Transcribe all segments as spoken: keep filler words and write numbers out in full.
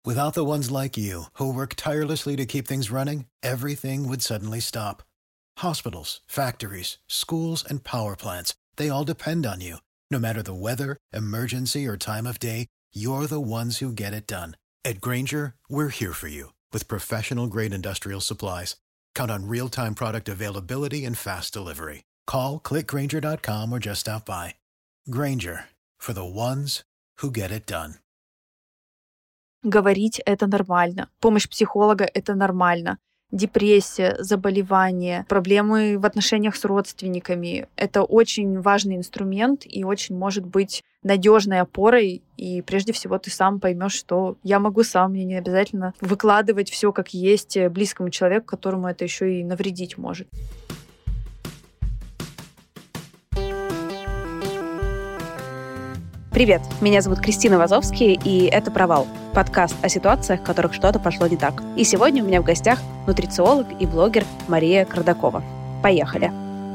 Without the ones like you, who work tirelessly to keep things running, everything would suddenly stop. Hospitals, factories, schools, and power plants, they all depend on you. No matter the weather, emergency, or time of day, you're the ones who get it done. At Grainger, we're here for you with professional-grade industrial supplies. Count on real-time product availability and fast delivery. Call, click grainger dot com or just stop by. Grainger, for the ones who get it done. Говорить — это нормально. Помощь психолога — это нормально. Депрессия, заболевания, проблемы в отношениях с родственниками — это очень важный инструмент и очень может быть надежной опорой. И прежде всего ты сам поймешь, что я могу сам, мне не обязательно выкладывать все как есть близкому человеку, которому это еще и навредить может. Привет, меня зовут Кристина Вазовский, и это «Провал» — подкаст о ситуациях, в которых что-то пошло не так. И сегодня у меня в гостях нутрициолог и блогер Мария Кардакова. Поехали!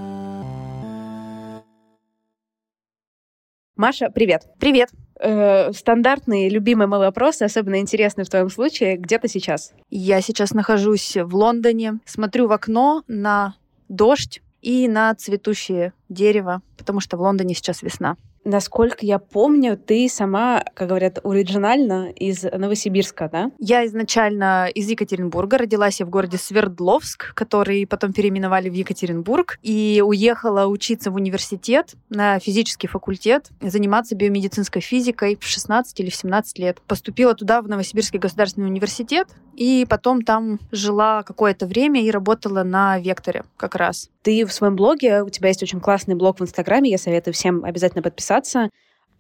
Маша, привет! Привет! Э, стандартные, любимые мои вопросы, особенно интересные в твоем случае. Где ты сейчас? Я сейчас нахожусь в Лондоне, смотрю в окно на дождь и на цветущее дерево, потому что в Лондоне сейчас весна. Насколько я помню, ты сама, как говорят, оригинально из Новосибирска, да? Я изначально из Екатеринбурга. Родилась я в городе Свердловск, который потом переименовали в Екатеринбург. И уехала учиться в университет на физический факультет, заниматься биомедицинской физикой в шестнадцать или в семнадцать лет. Поступила туда, в Новосибирский государственный университет, и потом там жила какое-то время и работала на Векторе как раз. Ты в своем блоге, у тебя есть очень классный блог в Инстаграме, я советую всем обязательно подписаться.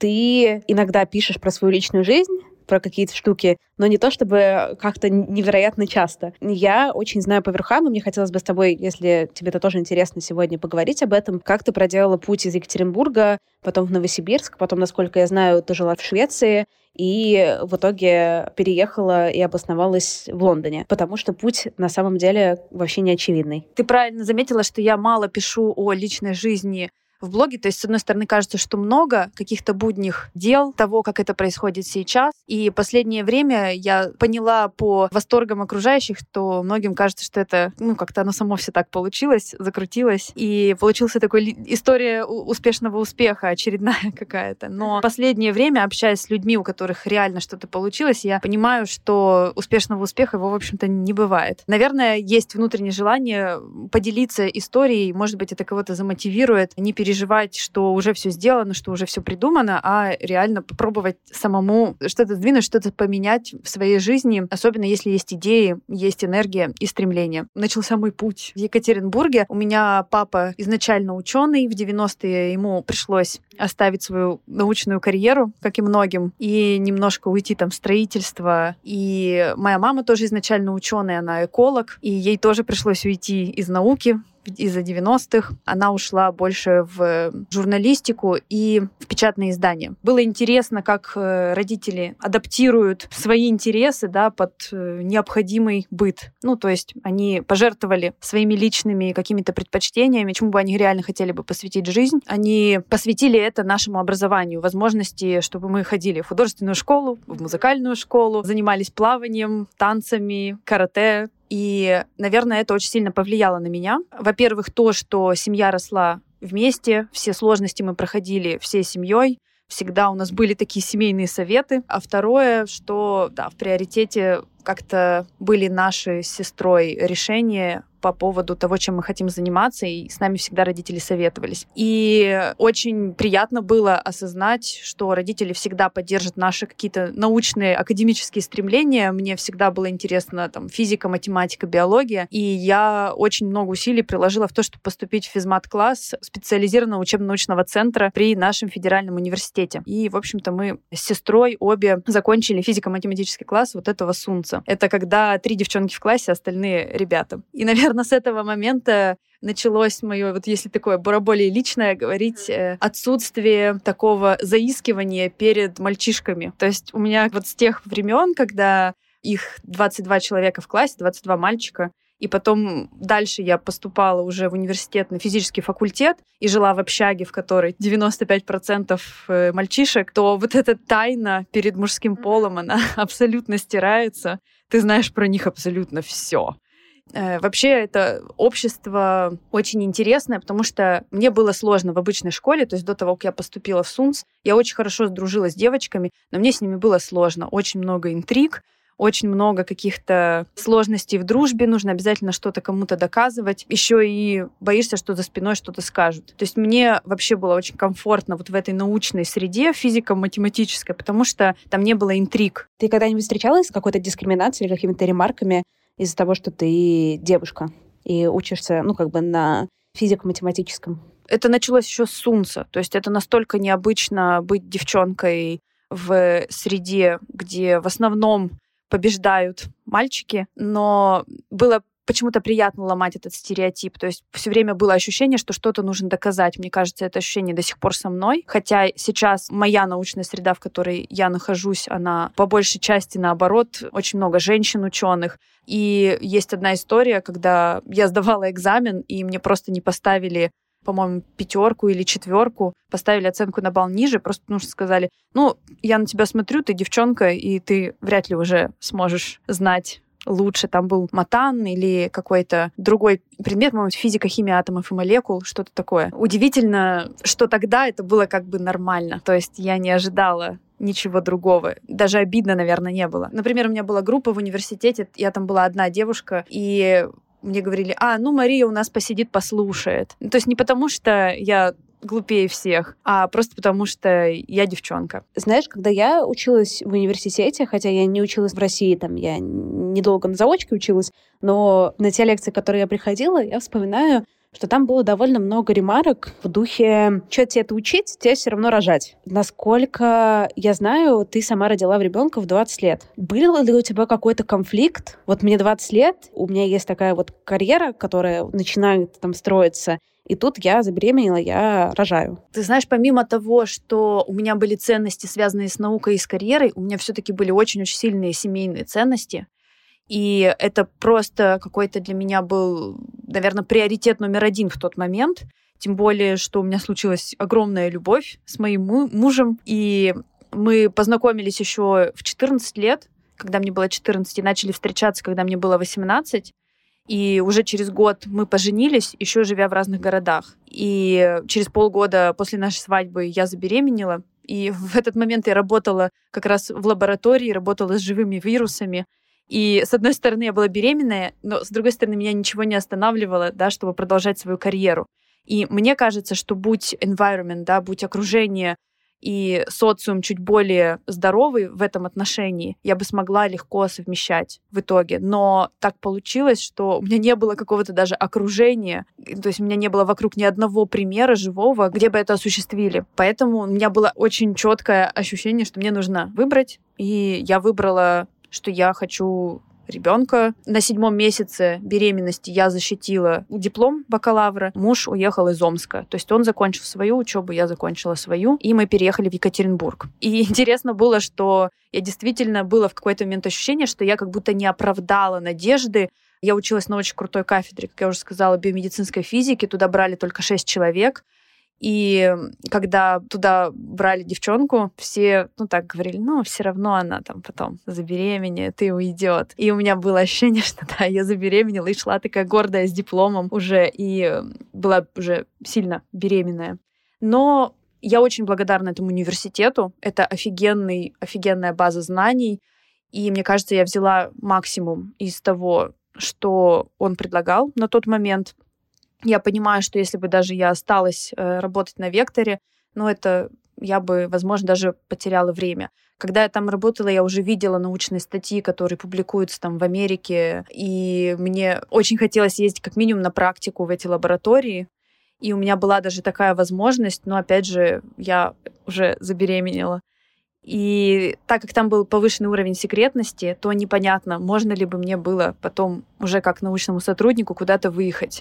Ты иногда пишешь про свою личную жизнь, про какие-то штуки, но не то чтобы как-то невероятно часто. Я очень знаю по верхам, и мне хотелось бы с тобой, если тебе это тоже интересно, сегодня поговорить об этом. Как ты проделала путь из Екатеринбурга, потом в Новосибирск, потом, насколько я знаю, ты жила в Швеции, и в итоге переехала и обосновалась в Лондоне, потому что путь на самом деле вообще не очевидный. Ты правильно заметила, что я мало пишу о личной жизни в блоге. То есть, с одной стороны, кажется, что много каких-то будних дел, того, как это происходит сейчас. И последнее время я поняла по восторгам окружающих, что многим кажется, что это, ну, как-то оно само все так получилось, закрутилось. И получился такой история успешного успеха, очередная какая-то. Но последнее время, общаясь с людьми, у которых реально что-то получилось, я понимаю, что успешного успеха его, в общем-то, не бывает. Наверное, есть внутреннее желание поделиться историей. Может быть, это кого-то замотивирует, не переживать переживать, что уже все сделано, что уже все придумано, а реально попробовать самому что-то сдвинуть, что-то поменять в своей жизни, особенно если есть идеи, есть энергия и стремление. Начался мой путь в Екатеринбурге. У меня папа изначально ученый, в девяностые ему пришлось оставить свою научную карьеру, как и многим, и немножко уйти там в строительство. И моя мама тоже изначально ученая, она эколог, и ей тоже пришлось уйти из науки, из-за девяностых. Она ушла больше в журналистику и в печатные издания. Было интересно, как родители адаптируют свои интересы, да, под необходимый быт. Ну, то есть они пожертвовали своими личными какими-то предпочтениями, чему бы они реально хотели бы посвятить жизнь. Они посвятили это нашему образованию, возможности, чтобы мы ходили в художественную школу, в музыкальную школу, занимались плаванием, танцами, карате. И, наверное, это очень сильно повлияло на меня. Во-первых, то, что семья росла вместе, все сложности мы проходили всей семьей, всегда у нас были такие семейные советы. А второе, что да, в приоритете как-то были наши с сестрой решения по поводу того, чем мы хотим заниматься, и с нами всегда родители советовались. И очень приятно было осознать, что родители всегда поддержат наши какие-то научные, академические стремления. Мне всегда было интересно там физика, математика, биология, и я очень много усилий приложила в то, чтобы поступить в физмат-класс специализированного учебно-научного центра при нашем федеральном университете. И, в общем-то, мы с сестрой обе закончили физико-математический класс вот этого сунца. Это когда три девчонки в классе, остальные ребята. И, наверное, с этого момента началось мое, вот если такое более личное говорить, э, отсутствие такого заискивания перед мальчишками. То есть у меня вот с тех времен, когда их двадцать два человека в классе, двадцать два мальчика, И потом дальше я поступала уже в университет на физический факультет и жила в общаге, в которой девяносто пять процентов мальчишек, то вот эта тайна перед мужским полом, она абсолютно стирается. Ты знаешь про них абсолютно все. Вообще, это общество очень интересное, потому что мне было сложно в обычной школе, то есть до того, как я поступила в СУНС, я очень хорошо сдружилась с девочками, но мне с ними было сложно. Очень много интриг, очень много каких-то сложностей в дружбе, нужно обязательно что-то кому-то доказывать. Еще и боишься, что за спиной что-то скажут. То есть мне вообще было очень комфортно вот в этой научной среде, физико-математической, потому что там не было интриг. Ты когда-нибудь встречалась с какой-то дискриминацией или какими-то ремарками из-за того, что ты девушка и учишься, ну, как бы на физико-математическом? Это началось еще с СУНСа. То есть это настолько необычно быть девчонкой в среде, где в основном побеждают мальчики, но было почему-то приятно ломать этот стереотип. То есть все время было ощущение, что что-то нужно доказать. Мне кажется, это ощущение до сих пор со мной. Хотя сейчас моя научная среда, в которой я нахожусь, она по большей части наоборот. Очень много женщин-ученых. И есть одна история, когда я сдавала экзамен, и мне просто не поставили, по-моему, пятерку или четверку, поставили оценку на балл ниже, просто потому что сказали, ну, я на тебя смотрю, ты девчонка, и ты вряд ли уже сможешь знать лучше. Там был матан или какой-то другой предмет, может быть, физика, химия атомов и молекул, что-то такое. Удивительно, что тогда это было как бы нормально. То есть я не ожидала ничего другого. Даже обидно, наверное, не было. Например, у меня была группа в университете, я там была одна девушка, и мне говорили, а, ну, Мария у нас посидит, послушает. То есть не потому, что я глупее всех, а просто потому, что я девчонка. Знаешь, когда я училась в университете, хотя я не училась в России, там я недолго на заочке училась, но на те лекции, которые я приходила, я вспоминаю, что там было довольно много ремарок в духе «Что тебе это учить? Тебе все равно рожать». Насколько я знаю, ты сама родила в ребенка в двадцать лет. Был ли у тебя какой-то конфликт? Вот мне двадцать лет, у меня есть такая вот карьера, которая начинает там строиться, и тут я забеременела, я рожаю. Ты знаешь, помимо того, что у меня были ценности, связанные с наукой и с карьерой, у меня все-таки были очень-очень сильные семейные ценности. И это просто какой-то для меня был, наверное, приоритет номер один в тот момент. Тем более, что у меня случилась огромная любовь с моим мужем. И мы познакомились еще в четырнадцать лет, когда мне было четырнадцать, и начали встречаться, когда мне было восемнадцать. И уже через год мы поженились, еще живя в разных городах. И через полгода после нашей свадьбы я забеременела. И в этот момент я работала как раз в лаборатории, работала с живыми вирусами. И, с одной стороны, я была беременная, но, с другой стороны, меня ничего не останавливало, да, чтобы продолжать свою карьеру. И мне кажется, что будь environment, да, будь окружение и социум чуть более здоровый в этом отношении, я бы смогла легко совмещать в итоге. Но так получилось, что у меня не было какого-то даже окружения, то есть у меня не было вокруг ни одного примера живого, где бы это осуществили. Поэтому у меня было очень четкое ощущение, что мне нужно выбрать, и я выбрала, что я хочу ребенка. На седьмом месяце беременности я защитила диплом бакалавра. Муж уехал из Омска. То есть он закончил свою учебу, я закончила свою, и мы переехали в Екатеринбург. И интересно было, что я действительно было в какой-то момент ощущение, что я как будто не оправдала надежды. Я училась на очень крутой кафедре, как я уже сказала, биомедицинской физики. Туда брали только шесть человек. И когда туда брали девчонку, все, ну, так говорили, ну, все равно она там потом забеременеет и уйдет. И у меня было ощущение, что да, я забеременела и шла такая гордая с дипломом уже, и была уже сильно беременная. Но я очень благодарна этому университету. Это офигенный, офигенная база знаний. И мне кажется, я взяла максимум из того, что он предлагал на тот момент. Я понимаю, что если бы даже я осталась э, работать на Векторе, ну, это я бы, возможно, даже потеряла время. Когда я там работала, я уже видела научные статьи, которые публикуются там в Америке, и мне очень хотелось ездить как минимум на практику в эти лаборатории, и у меня была даже такая возможность, но, опять же, я уже забеременела. И так как там был повышенный уровень секретности, то непонятно, можно ли бы мне было потом уже как научному сотруднику куда-то выехать.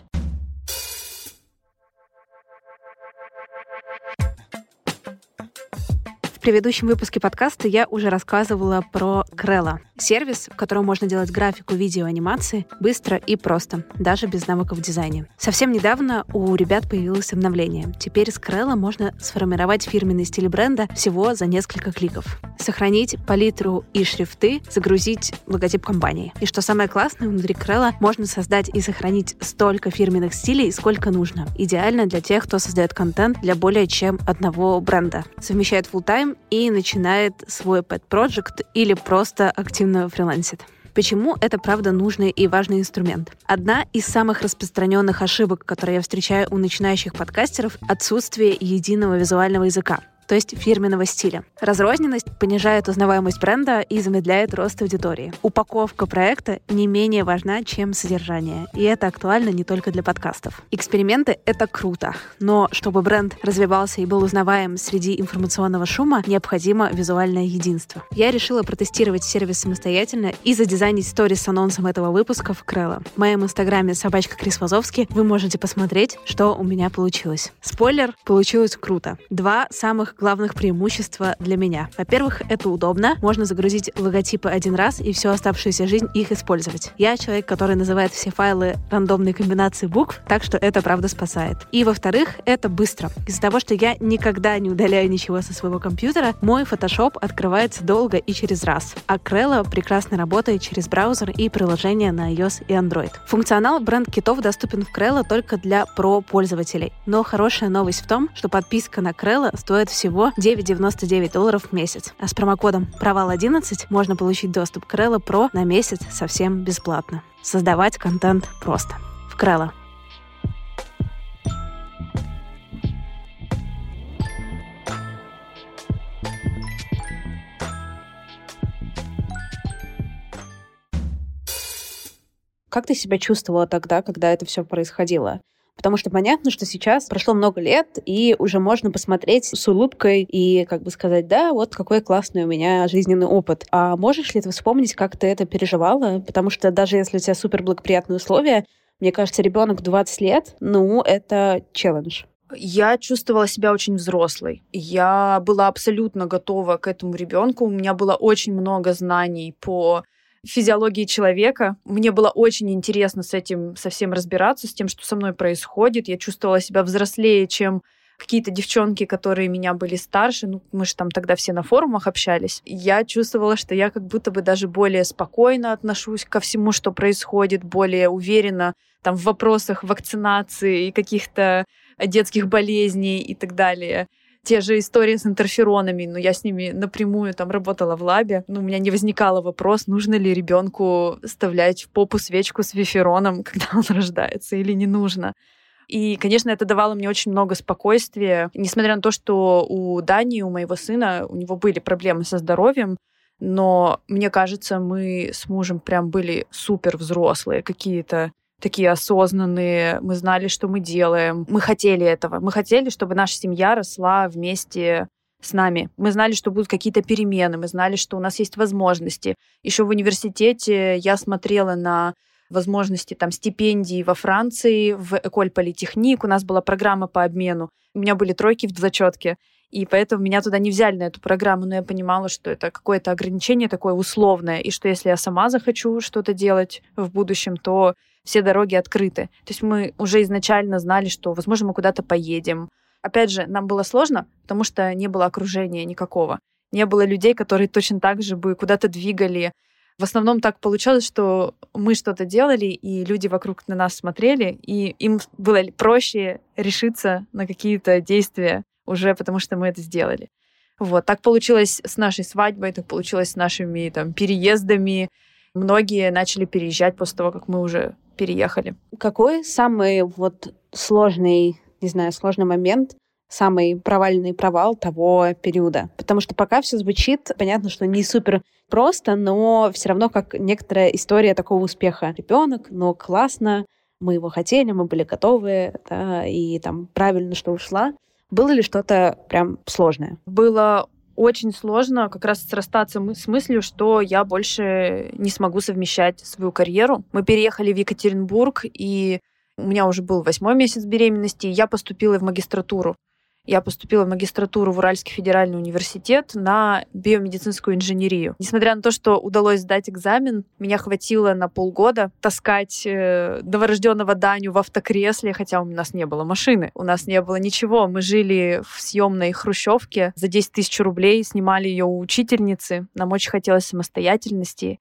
В предыдущем выпуске подкаста я уже рассказывала про Крелла. Сервис, в котором можно делать графику, видео, анимации быстро и просто, даже без навыков в дизайне. Совсем недавно у ребят появилось обновление. Теперь с Крелла можно сформировать фирменный стиль бренда всего за несколько кликов. Сохранить палитру и шрифты, загрузить логотип компании. И что самое классное, внутри Крелла можно создать и сохранить столько фирменных стилей, сколько нужно. Идеально для тех, кто создает контент для более чем одного бренда. Совмещает фулл-тайм и начинает свой pet-project или просто активно фрилансит. Почему это, правда, нужный и важный инструмент? Одна из самых распространенных ошибок, которые я встречаю у начинающих подкастеров — отсутствие единого визуального языка, то есть фирменного стиля. Разрозненность понижает узнаваемость бренда и замедляет рост аудитории. Упаковка проекта не менее важна, чем содержание. И это актуально не только для подкастов. Эксперименты — это круто, но чтобы бренд развивался и был узнаваем среди информационного шума, необходимо визуальное единство. Я решила протестировать сервис самостоятельно и задизайнить сторис с анонсом этого выпуска в Крелла. В моем инстаграме собачка Крис Вазовский вы можете посмотреть, что у меня получилось. Спойлер, получилось круто. Два самых главных преимущества для меня. Во-первых, это удобно. Можно загрузить логотипы один раз и всю оставшуюся жизнь их использовать. Я человек, который называет все файлы рандомной комбинацией букв, так что это правда спасает. И во-вторых, это быстро. Из-за того, что я никогда не удаляю ничего со своего компьютера, мой Photoshop открывается долго и через раз. А Крелла прекрасно работает через браузер и приложения на iOS и Android. Функционал бренд-китов доступен в Крелла только для про-пользователей. Но хорошая новость в том, что подписка на Крелла стоит всего всего девять девяносто девять долларов в месяц. А с промокодом провал одиннадцать можно получить доступ к Крелла Pro на месяц совсем бесплатно. Создавать контент просто. В Крелла. Как ты себя чувствовала тогда, когда это все происходило? Потому что понятно, что сейчас прошло много лет, и уже можно посмотреть с улыбкой и как бы сказать, да, вот какой классный у меня жизненный опыт. А можешь ли ты вспомнить, как ты это переживала? Потому что даже если у тебя супер благоприятные условия, мне кажется, ребенок в двадцать лет, ну, это челлендж. Я чувствовала себя очень взрослой. Я была абсолютно готова к этому ребенку. У меня было очень много знаний по физиологии человека. Мне было очень интересно с этим совсем разбираться, с тем, что со мной происходит. Я чувствовала себя взрослее, чем какие-то девчонки, которые меня были старше. Ну, мы же там тогда все на форумах общались. Я чувствовала, что я как будто бы даже более спокойно отношусь ко всему, что происходит, более уверенно там в вопросах вакцинации и каких-то детских болезней и так далее. Те же истории с интерферонами, но я с ними напрямую там работала в лабе. Ну, у меня не возникало вопрос, нужно ли ребенку вставлять в попу свечку с вифероном, когда он рождается, или не нужно. И, конечно, это давало мне очень много спокойствия. Несмотря на то, что у Дани, у моего сына, у него были проблемы со здоровьем, но, мне кажется, мы с мужем прям были супер взрослые, какие-то такие осознанные, мы знали, что мы делаем. Мы хотели этого. Мы хотели, чтобы наша семья росла вместе с нами. Мы знали, что будут какие-то перемены, мы знали, что у нас есть возможности. Еще в университете я смотрела на возможности там, стипендий во Франции, в École Polytechnique. У нас была программа по обмену. У меня были тройки в зачетке. И поэтому меня туда не взяли на эту программу, но я понимала, что это какое-то ограничение такое условное, и что если я сама захочу что-то делать в будущем, то все дороги открыты. То есть мы уже изначально знали, что, возможно, мы куда-то поедем. Опять же, нам было сложно, потому что не было окружения никакого. Не было людей, которые точно так же бы куда-то двигали. В основном так получалось, что мы что-то делали, и люди вокруг на нас смотрели, и им было проще решиться на какие-то действия уже потому, что мы это сделали. Вот. Так получилось с нашей свадьбой, так получилось с нашими там, переездами. Многие начали переезжать после того, как мы уже переехали. Какой самый вот сложный, не знаю, сложный момент, самый провальный провал того периода? Потому что пока все звучит, понятно, что не супер просто, но все равно как некоторая история такого успеха. Ребенок, но классно, мы его хотели, мы были готовы, да, и там правильно, что ушла. Было ли что-то прям сложное? Было очень сложно как раз срастаться с мыслью, что я больше не смогу совмещать свою карьеру. Мы переехали в Екатеринбург, и у меня уже был восьмой месяц беременности, и я поступила в магистратуру. Я поступила в магистратуру в Уральский федеральный университет на биомедицинскую инженерию. Несмотря на то, что удалось сдать экзамен, меня хватило на полгода таскать э, новорожденного Даню в автокресле, хотя у нас не было машины, у нас не было ничего. Мы жили в съемной хрущевке за десять тысяч рублей, снимали ее у учительницы. Нам очень хотелось самостоятельности.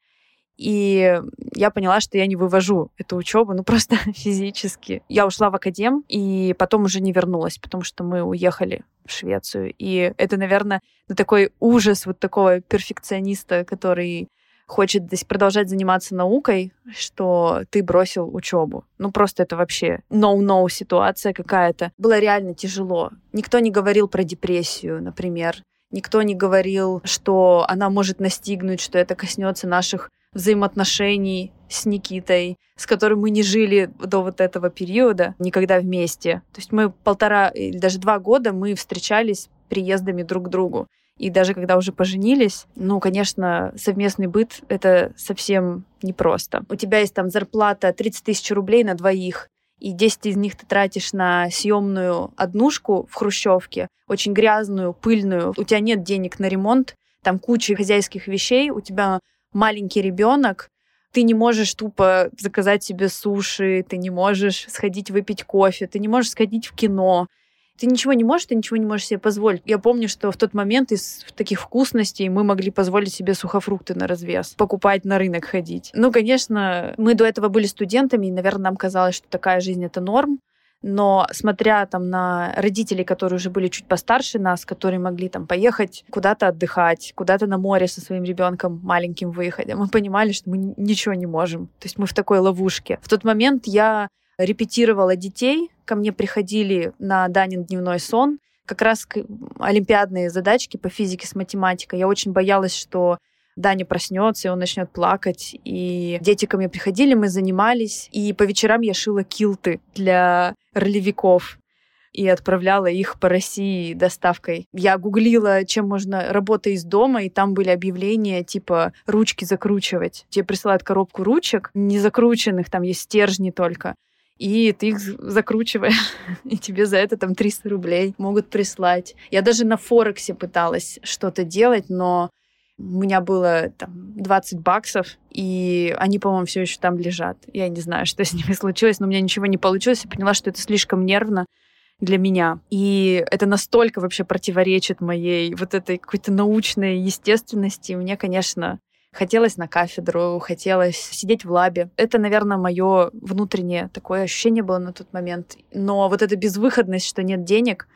И я поняла, что я не вывожу эту учебу, ну просто физически. Я ушла в академ, и потом уже не вернулась, потому что мы уехали в Швецию. И это, наверное, ну, такой ужас вот такого перфекциониста, который хочет продолжать заниматься наукой, что ты бросил учебу. Ну просто это вообще no-no ситуация какая-то. Было реально тяжело. Никто не говорил про депрессию, например. Никто не говорил, что она может настигнуть, что это коснется наших взаимоотношений с Никитой, с которым мы не жили до вот этого периода никогда вместе. То есть мы полтора или даже два года мы встречались приездами друг к другу. И даже когда уже поженились, ну, конечно, совместный быт — это совсем непросто. У тебя есть там зарплата тридцать тысяч рублей на двоих, и десять из них ты тратишь на съемную однушку в хрущевке, очень грязную, пыльную. У тебя нет денег на ремонт, там куча хозяйских вещей, у тебя маленький ребенок, ты не можешь тупо заказать себе суши, ты не можешь сходить выпить кофе, ты не можешь сходить в кино. Ты ничего не можешь, ты ничего не можешь себе позволить. Я помню, что в тот момент из таких вкусностей мы могли позволить себе сухофрукты на развес, покупать, на рынок ходить. Ну, конечно, мы до этого были студентами, и, наверное, нам казалось, что такая жизнь — это норм. Но смотря там на родителей, которые уже были чуть постарше нас, которые могли там поехать куда-то отдыхать, куда-то на море со своим ребенком маленьким выехать, мы понимали, что мы ничего не можем. То есть мы в такой ловушке. В тот момент я репетировала детей, ко мне приходили на Данин дневной сон, как раз олимпиадные задачки по физике с математикой. Я очень боялась, что Даня проснется, и он начнет плакать. И дети ко мне приходили, мы занимались. И по вечерам я шила килты для ролевиков и отправляла их по России доставкой. Я гуглила, чем можно работа из дома, и там были объявления типа ручки закручивать. Тебе присылают коробку ручек, не закрученных, там есть стержни только. И ты их закручиваешь, и тебе за это там триста рублей могут прислать. Я даже на Форексе пыталась что-то делать, но у меня было там двадцать баксов, и они, по-моему, все еще там лежат. Я не знаю, что с ними случилось, но у меня ничего не получилось. Я поняла, что это слишком нервно для меня. И это настолько вообще противоречит моей вот этой какой-то научной естественности. Мне, конечно, хотелось на кафедру, хотелось сидеть в лабе. Это, наверное, мое внутреннее такое ощущение было на тот момент. Но вот эта безвыходность, что нет денег,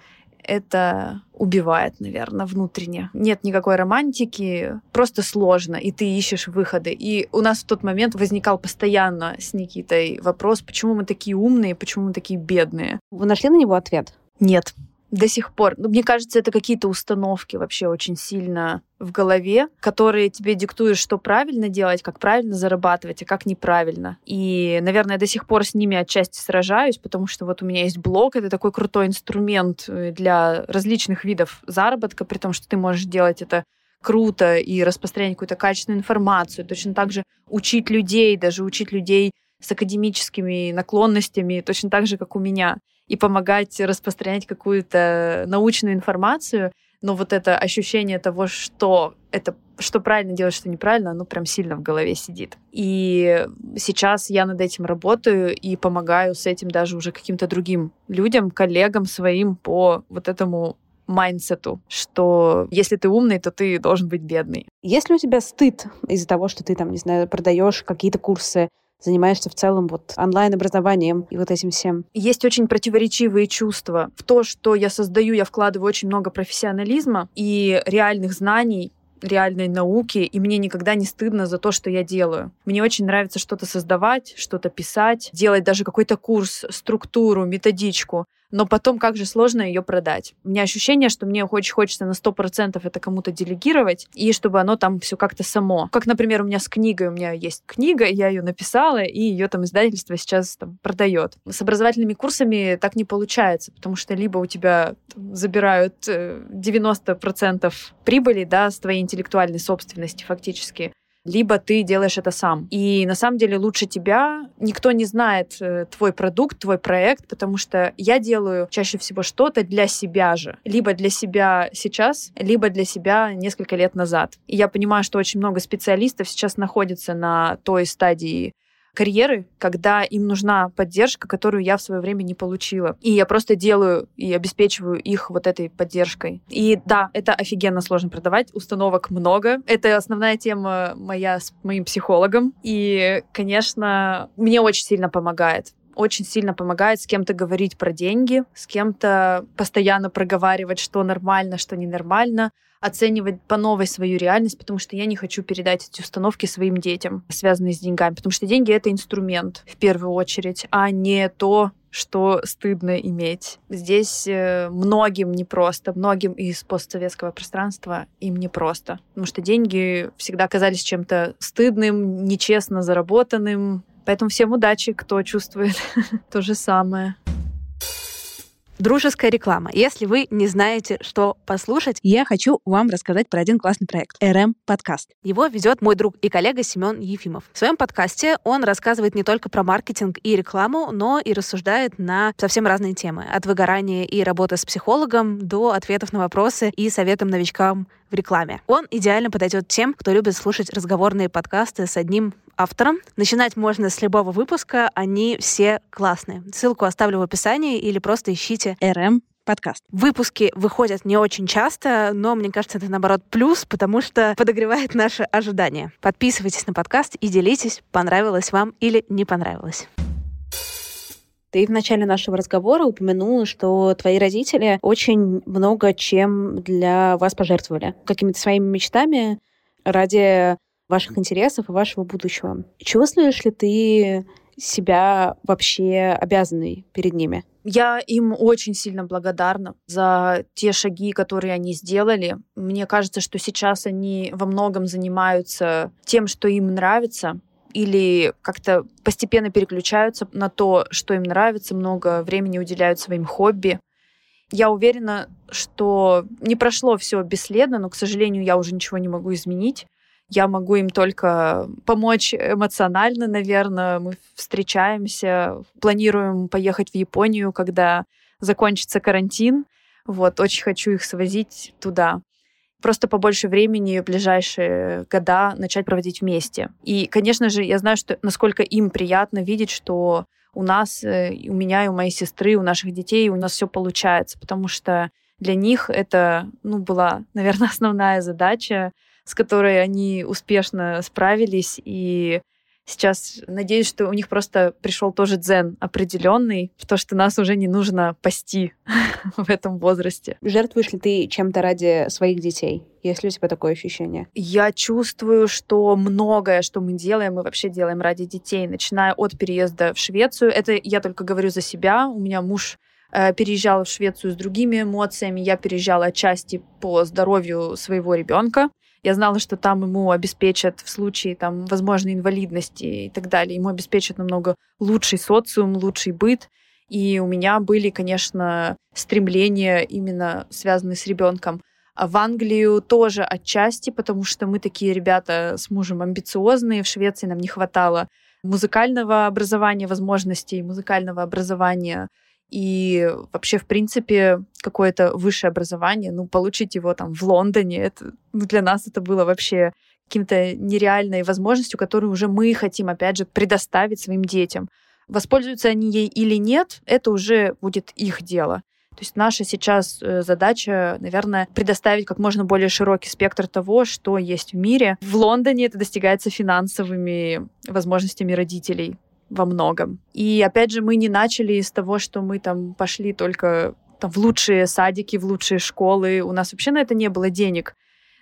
это убивает, наверное, внутренне. Нет никакой романтики, просто сложно, и ты ищешь выходы. И у нас в тот момент возникал постоянно с Никитой вопрос, почему мы такие умные, почему мы такие бедные. Вы нашли на него ответ? Нет. До сих пор. Ну, мне кажется, это какие-то установки вообще очень сильно в голове, которые тебе диктуют, что правильно делать, как правильно зарабатывать, а как неправильно. И, наверное, я до сих пор с ними отчасти сражаюсь, потому что вот у меня есть блог, это такой крутой инструмент для различных видов заработка, при том, что ты можешь делать это круто и распространять какую-то качественную информацию, точно так же учить людей, даже учить людей с академическими наклонностями, точно так же, как у меня, и помогать распространять какую-то научную информацию, но вот это ощущение того, что это, что правильно делать, что неправильно, оно прям сильно в голове сидит. И сейчас я над этим работаю и помогаю с этим даже уже каким-то другим людям, коллегам своим по вот этому майндсету, что если ты умный, то ты должен быть бедный. Есть ли у тебя стыд из-за того, что ты там, не знаю, продаешь какие-то курсы, занимаешься в целом вот онлайн-образованием и вот этим всем? Есть очень противоречивые чувства. В то, что я создаю, я вкладываю очень много профессионализма и реальных знаний, реальной науки, и мне никогда не стыдно за то, что я делаю. Мне очень нравится что-то создавать, что-то писать, делать даже какой-то курс, структуру, методичку. Но потом как же сложно ее продать. У меня ощущение, что мне очень хочется на сто процентов это кому-то делегировать, и чтобы оно там все как-то само. Как, например, у меня с книгой. У меня есть книга, я ее написала, и ее там издательство сейчас там продает. С образовательными курсами так не получается, потому что либо у тебя там забирают девяносто процентов прибыли, да, с твоей интеллектуальной собственности фактически, либо ты делаешь это сам. И на самом деле лучше тебя никто не знает э, твой продукт, твой проект, потому что я делаю чаще всего что-то для себя же. Либо для себя сейчас, либо для себя несколько лет назад. И я понимаю, что очень много специалистов сейчас находятся на той стадии карьеры, когда им нужна поддержка, которую я в свое время не получила. И я просто делаю и обеспечиваю их вот этой поддержкой. И да, это офигенно сложно продавать, установок много. Это основная тема моя с моим психологом. И, конечно, мне очень сильно помогает. Очень сильно помогает с кем-то говорить про деньги, с кем-то постоянно проговаривать, что нормально, что ненормально, оценивать по новой свою реальность, потому что я не хочу передать эти установки своим детям, связанные с деньгами, потому что деньги — это инструмент в первую очередь, а не то, что стыдно иметь. Здесь многим непросто, многим из постсоветского пространства им непросто, потому что деньги всегда казались чем-то стыдным, нечестно заработанным. Поэтому всем удачи, кто чувствует то же самое. Дружеская реклама. Если вы не знаете, что послушать, я хочу вам рассказать про один классный проект — эр эм Подкаст. Его ведет мой друг и коллега Семен Ефимов. В своем подкасте он рассказывает не только про маркетинг и рекламу, но и рассуждает на совсем разные темы. От выгорания и работы с психологом до ответов на вопросы и советов новичкам в рекламе. Он идеально подойдет тем, кто любит слушать разговорные подкасты с одним автором. Начинать можно с любого выпуска, они все классные. Ссылку оставлю в описании или просто ищите эр эм Подкаст. Выпуски выходят не очень часто, но мне кажется, это наоборот плюс, потому что подогревает наши ожидания. Подписывайтесь на подкаст и делитесь, понравилось вам или не понравилось. Ты в начале нашего разговора упомянула, что твои родители очень много чем для вас пожертвовали. Какими-то своими мечтами ради ваших интересов и вашего будущего. Чувствуешь ли ты себя вообще обязанной перед ними? Я им очень сильно благодарна за те шаги, которые они сделали. Мне кажется, что сейчас они во многом занимаются тем, что им нравится, или как-то постепенно переключаются на то, что им нравится, много времени уделяют своим хобби. Я уверена, что не прошло все бесследно, но, к сожалению, я уже ничего не могу изменить. Я могу им только помочь эмоционально, наверное. Мы встречаемся, планируем поехать в Японию, когда закончится карантин. Вот, очень хочу их свозить туда. Просто побольше времени в ближайшие года начать проводить вместе. И, конечно же, я знаю, что насколько им приятно видеть, что у нас, у меня и у моей сестры, у наших детей, у нас все получается, потому что для них это, ну, была, наверное, основная задача, с которой они успешно справились. И сейчас надеюсь, что у них просто пришел тоже дзен определенный, в то, что нас уже не нужно пасти в этом возрасте. Жертвуешь ли ты чем-то ради своих детей? Есть ли у тебя такое ощущение? Я чувствую, что многое, что мы делаем, мы вообще делаем ради детей, начиная от переезда в Швецию. Это я только говорю за себя. У меня муж э, переезжал в Швецию с другими эмоциями. Я переезжала отчасти по здоровью своего ребенка. Я знала, что там ему обеспечат в случае там, возможной инвалидности и так далее. Ему обеспечат намного лучший социум, лучший быт. И у меня были, конечно, стремления именно связанные с ребенком. А в Англию тоже отчасти, потому что мы такие ребята с мужем амбициозные. В Швеции нам не хватало музыкального образования, возможностей музыкального образования. И вообще, в принципе, какое-то высшее образование, ну, получить его там в Лондоне, это, ну, для нас это было вообще каким-то нереальной возможностью, которую уже мы хотим, опять же, предоставить своим детям. Воспользуются они ей или нет, это уже будет их дело. То есть наша сейчас задача, наверное, предоставить как можно более широкий спектр того, что есть в мире. В Лондоне это достигается финансовыми возможностями родителей во многом. И опять же, мы не начали с того, что мы там пошли только там, в лучшие садики, в лучшие школы. У нас вообще на это не было денег.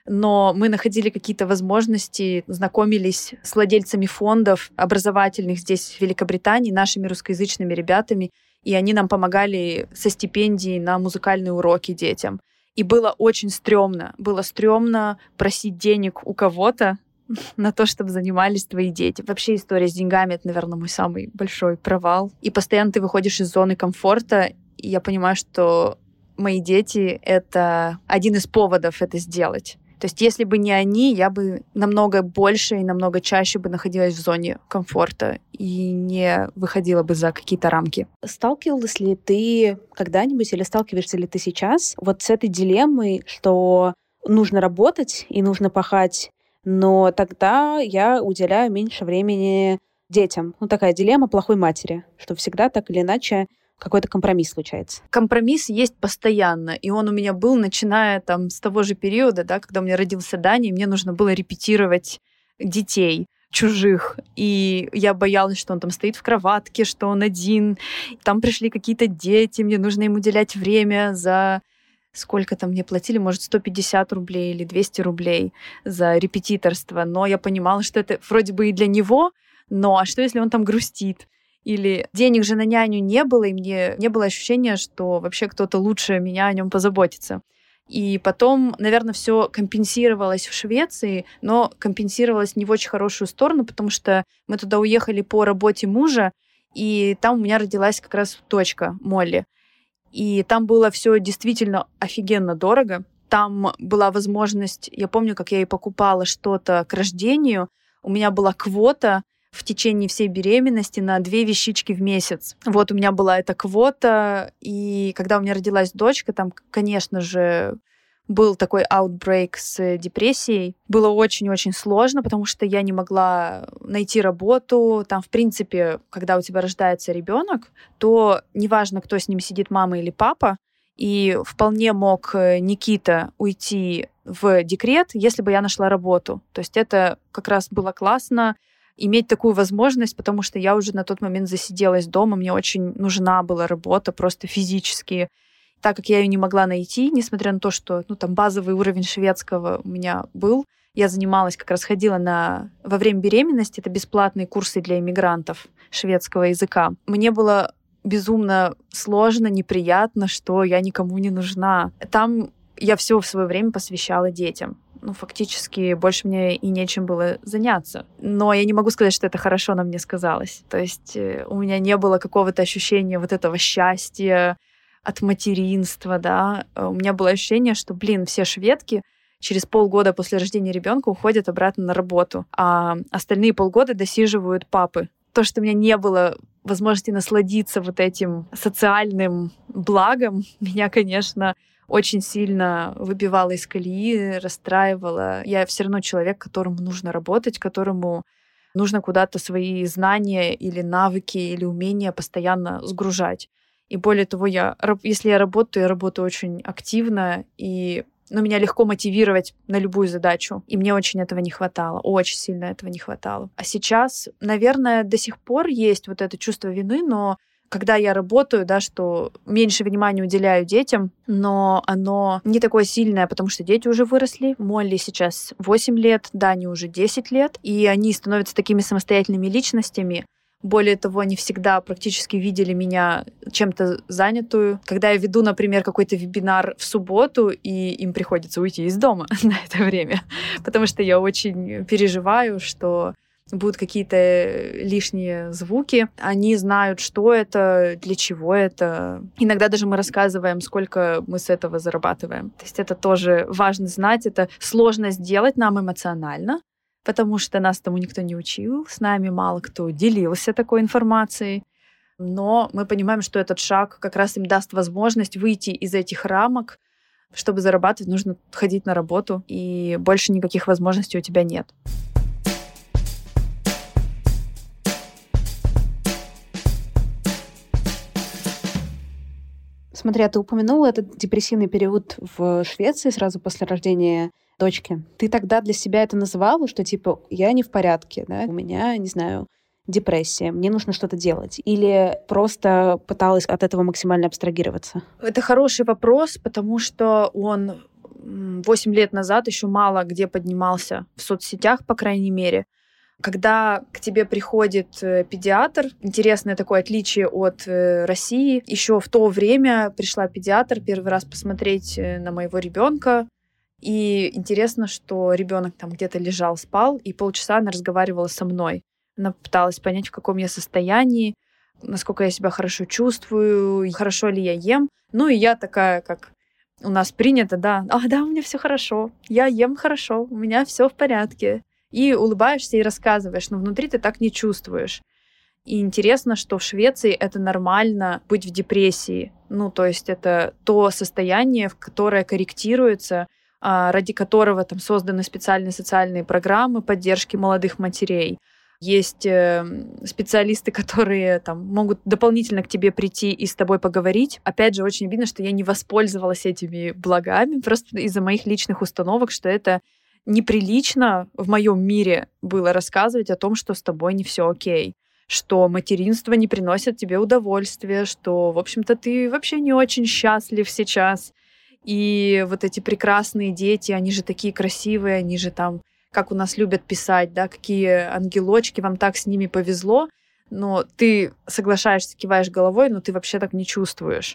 Но мы находили какие-то возможности, знакомились с владельцами фондов образовательных здесь, в Великобритании, нашими русскоязычными ребятами, и они нам помогали со стипендией на музыкальные уроки детям. И было очень стрёмно. Было стрёмно просить денег у кого-то на то, чтобы занимались твои дети. Вообще история с деньгами — это, наверное, мой самый большой провал. И постоянно ты выходишь из зоны комфорта, и я понимаю, что мои дети — это один из поводов это сделать. То есть если бы не они, я бы намного больше и намного чаще бы находилась в зоне комфорта и не выходила бы за какие-то рамки. Сталкивалась ли ты когда-нибудь или сталкиваешься ли ты сейчас вот с этой дилеммой, что нужно работать и нужно пахать, но тогда я уделяю меньше времени детям? Ну, такая дилемма плохой матери, что всегда так или иначе какой-то компромисс случается. Компромисс есть постоянно, и он у меня был, начиная там с того же периода, да, когда у меня родился Даня, и мне нужно было репетировать детей чужих, и я боялась, что он там стоит в кроватке, что он один, там пришли какие-то дети, мне нужно им уделять время за... Сколько там мне платили, может, сто пятьдесят рублей или двести рублей за репетиторство, но я понимала, что это вроде бы и для него, но а что, если он там грустит? Или денег же на няню не было, и мне не было ощущения, что вообще кто-то лучше меня о нем позаботится. И потом, наверное, все компенсировалось в Швеции, но компенсировалось не в очень хорошую сторону, потому что мы туда уехали по работе мужа, и там у меня родилась как раз дочка Молли. И там было все действительно офигенно дорого. Там была возможность, я помню, как я ей покупала что-то к рождению, у меня была квота в течение всей беременности на две вещички в месяц. Вот у меня была эта квота, и когда у меня родилась дочка, там, конечно же, был такой outbreak с депрессией. Было очень-очень сложно, потому что я не могла найти работу. Там, в принципе, когда у тебя рождается ребенок, то неважно, кто с ним сидит, мама или папа, и вполне мог Никита уйти в декрет, если бы я нашла работу. То есть это как раз было классно, иметь такую возможность, потому что я уже на тот момент засиделась дома, мне очень нужна была работа просто физически. Так как я ее не могла найти, несмотря на то, что ну, там базовый уровень шведского у меня был, я занималась, как раз ходила на... во время беременности, это бесплатные курсы для иммигрантов шведского языка. Мне было безумно сложно, неприятно, что я никому не нужна. Там я все в свое время посвящала детям. Ну, фактически, больше мне и нечем было заняться. Но я не могу сказать, что это хорошо на мне сказалось. То есть у меня не было какого-то ощущения вот этого счастья от материнства, да. У меня было ощущение, что, блин, все шведки через полгода после рождения ребенка уходят обратно на работу, а остальные полгода досиживают папы. То, что у меня не было возможности насладиться вот этим социальным благом, меня, конечно, очень сильно выбивало из колеи, расстраивало. Я все равно человек, которому нужно работать, которому нужно куда-то свои знания или навыки, или умения постоянно сгружать. И более того, я, если я работаю, я работаю очень активно, и ну, меня легко мотивировать на любую задачу. И мне очень этого не хватало, очень сильно этого не хватало. А сейчас, наверное, до сих пор есть вот это чувство вины, но когда я работаю, да, что меньше внимания уделяю детям, но оно не такое сильное, потому что дети уже выросли. Молли сейчас восемь лет, Дане уже десять лет, и они становятся такими самостоятельными личностями. Более того, они всегда практически видели меня чем-то занятую. Когда я веду, например, какой-то вебинар в субботу, и им приходится уйти из дома на это время, потому что я очень переживаю, что будут какие-то лишние звуки. Они знают, что это, для чего это. Иногда даже мы рассказываем, сколько мы с этого зарабатываем. То есть это тоже важно знать. Это сложно сделать нам эмоционально, потому что нас тому никто не учил, с нами мало кто делился такой информацией. Но мы понимаем, что этот шаг как раз им даст возможность выйти из этих рамок. Чтобы зарабатывать, нужно ходить на работу, и больше никаких возможностей у тебя нет. Смотри, а ты упомянула этот депрессивный период в Швеции сразу после рождения дочки. Ты тогда для себя это называла, что типа я не в порядке, да? У меня, не знаю, депрессия, мне нужно что-то делать? Или просто пыталась от этого максимально абстрагироваться? Это хороший вопрос, потому что он восемь лет назад еще мало где поднимался в соцсетях, по крайней мере. Когда к тебе приходит педиатр, интересное такое отличие от России. Еще в то время пришла педиатр первый раз посмотреть на моего ребенка. И интересно, что ребенок там где-то лежал, спал, и полчаса она разговаривала со мной. Она пыталась понять, в каком я состоянии, насколько я себя хорошо чувствую, хорошо ли я ем. Ну и я такая, как У нас принято, да, а, да, у меня все хорошо, я ем хорошо, у меня все в порядке. И улыбаешься и рассказываешь, но внутри ты так не чувствуешь. И интересно, что в Швеции это нормально быть в депрессии. Ну, то есть это то состояние, в которое корректируется, ради которого там созданы специальные социальные программы поддержки молодых матерей. Есть специалисты, которые там могут дополнительно к тебе прийти и с тобой поговорить. Опять же, очень видно, что я не воспользовалась этими благами просто из-за моих личных установок, что это неприлично в моем мире было рассказывать о том, что с тобой не все окей, что материнство не приносит тебе удовольствия, что, в общем-то, ты вообще не очень счастлив сейчас. И вот эти прекрасные дети, они же такие красивые, они же там, как у нас любят писать, да, какие ангелочки, вам так с ними повезло, но ты соглашаешься, киваешь головой, но ты вообще так не чувствуешь.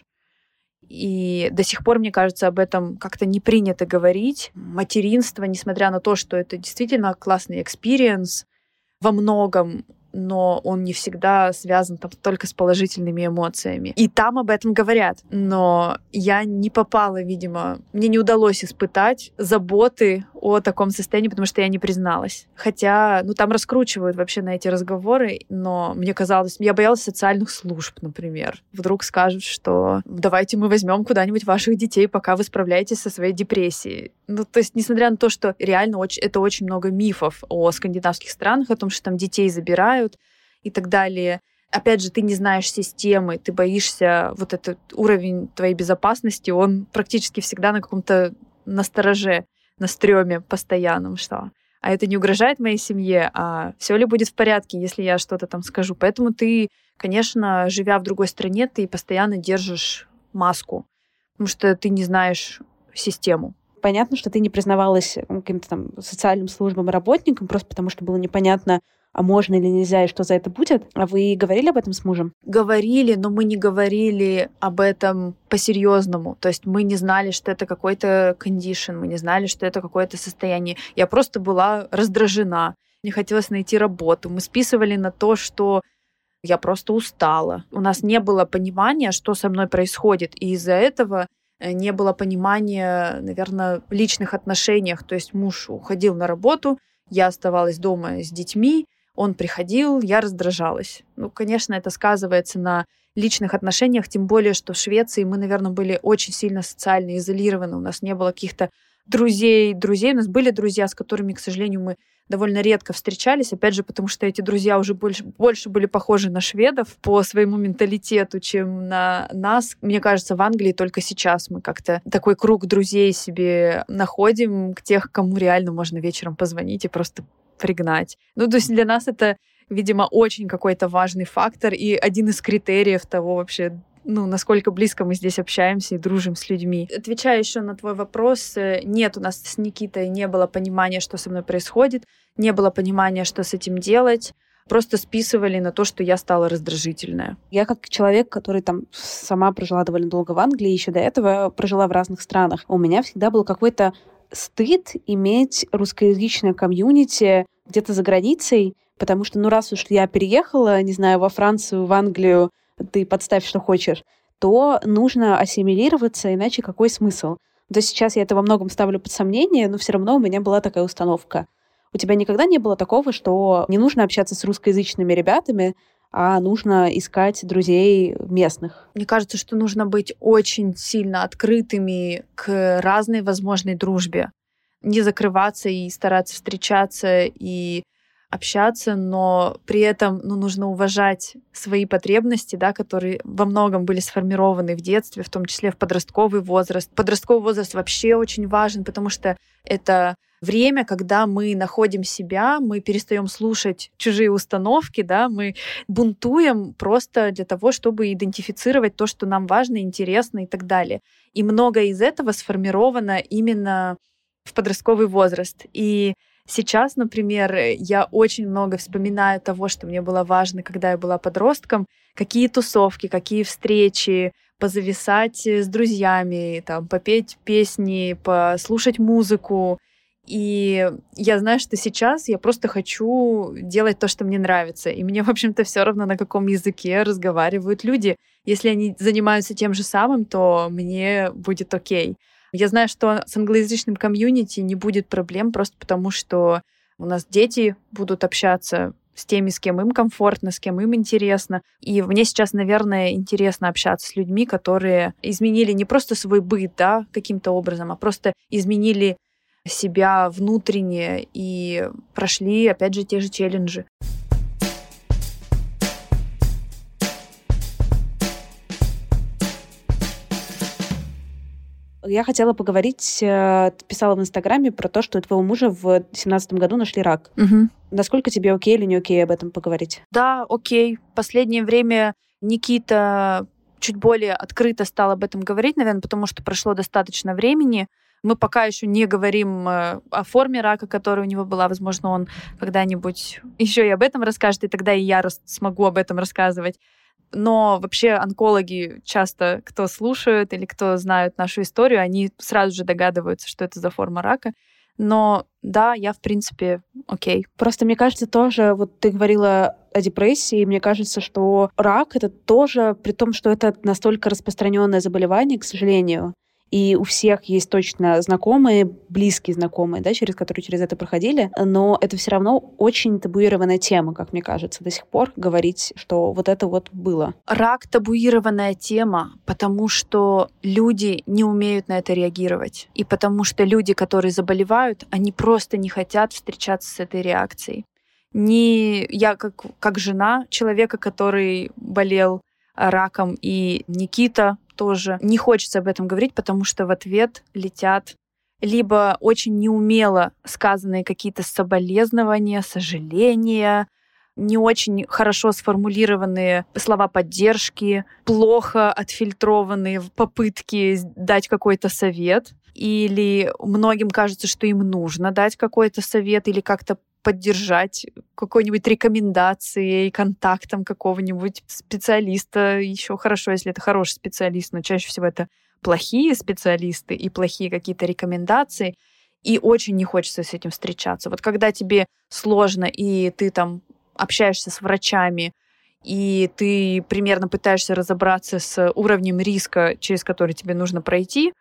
И до сих пор, мне кажется, об этом как-то не принято говорить. Материнство, несмотря на то, что это действительно классный экспириенс во многом, но он не всегда связан там только с положительными эмоциями. И там об этом говорят. Но я не попала, видимо, мне не удалось испытать заботы о таком состоянии, потому что я не призналась. Хотя, ну, там раскручивают вообще на эти разговоры, но мне казалось, я боялась социальных служб, например. Вдруг скажут, что давайте мы возьмем куда-нибудь ваших детей, пока вы справляетесь со своей депрессией. Ну, то есть, несмотря на то, что реально очень, это очень много мифов о скандинавских странах, о том, что там детей забирают и так далее. Опять же, ты не знаешь системы, ты боишься, вот этот уровень твоей безопасности, он практически всегда на каком-то настороже, на стрёме постоянном, что а это не угрожает моей семье, а все ли будет в порядке, если я что-то там скажу. Поэтому ты, конечно, живя в другой стране, ты постоянно держишь маску, потому что ты не знаешь систему. Понятно, что ты не признавалась каким-то там социальным службам и работникам, просто потому что было непонятно, а можно или нельзя, и что за это будет. А вы говорили об этом с мужем? Говорили, но мы не говорили об этом по-серьезному. То есть мы не знали, что это какой-то кондишн, мы не знали, что это какое-то состояние. Я просто была раздражена. Мне хотелось найти работу. Мы списывали на то, что я просто устала. У нас не было понимания, что со мной происходит. И из-за этого не было понимания, наверное, в личных отношениях. То есть муж уходил на работу, я оставалась дома с детьми, он приходил, я раздражалась. Ну, конечно, это сказывается на личных отношениях, тем более, что в Швеции мы, наверное, были очень сильно социально изолированы. У нас не было каких-то друзей, друзей. У нас были друзья, с которыми, к сожалению, мы довольно редко встречались, опять же, потому что эти друзья уже больше, больше были похожи на шведов по своему менталитету, чем на нас. Мне кажется, в Англии только сейчас мы как-то такой круг друзей себе находим, к тех, кому реально можно вечером позвонить и просто пригнать. Ну, то есть для нас это, видимо, очень какой-то важный фактор и один из критериев того вообще, ну, насколько близко мы здесь общаемся и дружим с людьми. Отвечая еще на твой вопрос, нет, у нас с Никитой не было понимания, что со мной происходит, не было понимания, что с этим делать. Просто списывали на то, что я стала раздражительная. Я как человек, который там сама прожила довольно долго в Англии, еще до этого прожила в разных странах, у меня всегда был какой-то стыд иметь русскоязычное комьюнити где-то за границей, потому что, ну, раз уж я переехала, не знаю, во Францию, в Англию, ты подставь, что хочешь, то нужно ассимилироваться, иначе какой смысл? То есть сейчас я это во многом ставлю под сомнение, но все равно у меня была такая установка. У тебя никогда не было такого, что не нужно общаться с русскоязычными ребятами, а нужно искать друзей местных? Мне кажется, что нужно быть очень сильно открытыми к разной возможной дружбе. Не закрываться и стараться встречаться и общаться, но при этом, ну, нужно уважать свои потребности, да, которые во многом были сформированы в детстве, в том числе в подростковый возраст. Подростковый возраст вообще очень важен, потому что это время, когда мы находим себя, мы перестаем слушать чужие установки, да, мы бунтуем просто для того, чтобы идентифицировать то, что нам важно, интересно и так далее. И многое из этого сформировано именно в подростковый возраст. И сейчас, например, я очень много вспоминаю того, что мне было важно, когда я была подростком, какие тусовки, какие встречи, позависать с друзьями, там, попеть песни, послушать музыку. И я знаю, что сейчас я просто хочу делать то, что мне нравится. И мне, в общем-то, все равно, на каком языке разговаривают люди. Если они занимаются тем же самым, то мне будет окей. Я знаю, что с англоязычным комьюнити не будет проблем, просто потому что у нас дети будут общаться с теми, с кем им комфортно, с кем им интересно. И мне сейчас, наверное, интересно общаться с людьми, которые изменили не просто свой быт, да, каким-то образом, а просто изменили себя внутренне и прошли, опять же, те же челленджи. Я хотела поговорить, ты писала в Инстаграме про то, что у твоего мужа в две тысячи семнадцатом году нашли рак. Угу. Насколько тебе окей или не окей об этом поговорить? Да, окей. В последнее время Никита чуть более открыто стал об этом говорить, наверное, потому что прошло достаточно времени. Мы пока еще не говорим о форме рака, которая у него была. Возможно, он когда-нибудь еще и об этом расскажет, и тогда и я рас- смогу об этом рассказывать. Но вообще онкологи часто, кто слушают или кто знают нашу историю, они сразу же догадываются, что это за форма рака. Но да, я, в принципе, окей. Просто мне кажется тоже, вот ты говорила о депрессии, и мне кажется, что рак — это тоже, при том, что это настолько распространенное заболевание, к сожалению, и у всех есть точно знакомые, близкие знакомые, да, через которые через это проходили, но это все равно очень табуированная тема, как мне кажется, до сих пор говорить, что вот это вот было. Рак — табуированная тема, потому что люди не умеют на это реагировать. И потому что люди, которые заболевают, они просто не хотят встречаться с этой реакцией. Не я как, как жена человека, который болел раком, и Никита тоже не хочется об этом говорить, потому что в ответ летят либо очень неумело сказанные какие-то соболезнования, сожаления, не очень хорошо сформулированные слова поддержки, плохо отфильтрованные попытки дать какой-то совет, или многим кажется, что им нужно дать какой-то совет или как-то поддержать какой-нибудь рекомендацией, контактом какого-нибудь специалиста. Еще хорошо, если это хороший специалист, но чаще всего это плохие специалисты и плохие какие-то рекомендации. И очень не хочется с этим встречаться. Вот когда тебе сложно, и ты там общаешься с врачами, и ты примерно пытаешься разобраться с уровнем риска, через который тебе нужно пройти,